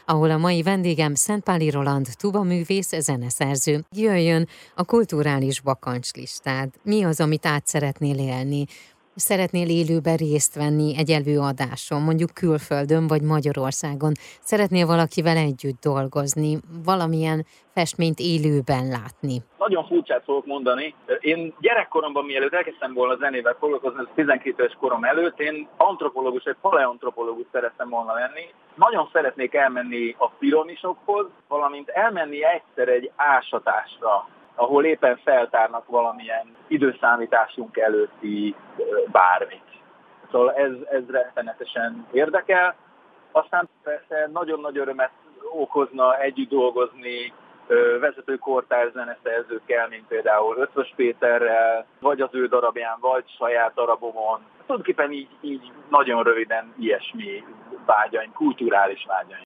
ahol a mai vendégem Szentpáli Roland tubaművész, zeneszerző. Jöjjön a kulturális bakancslistád. Mi az, amit át szeretnél élni? Szeretnél élőben részt venni egy előadáson, mondjuk külföldön vagy Magyarországon? Szeretnél valakivel együtt dolgozni, valamilyen festményt élőben látni? Nagyon furcsát fogok mondani. Én gyerekkoromban, mielőtt elkezdtem volna zenével foglalkozni, az 12 éves korom előtt, én antropológus, egy paleoantropológus szerettem volna lenni. Nagyon szeretnék elmenni a piramisokhoz, valamint elmenni egyszer egy ásatásra, ahol éppen feltárnak valamilyen időszámításunk előtti bármit. Szóval ez rettenetesen érdekel. Aztán persze nagyon nagy örömet okozna együtt dolgozni vezető kortárs zeneszerzőkkel, mint például Ötvös Péterrel, vagy az ő darabján, vagy saját darabomon. Tulajdonképpen így nagyon röviden ilyesmi vágyaim, kulturális vágyaim.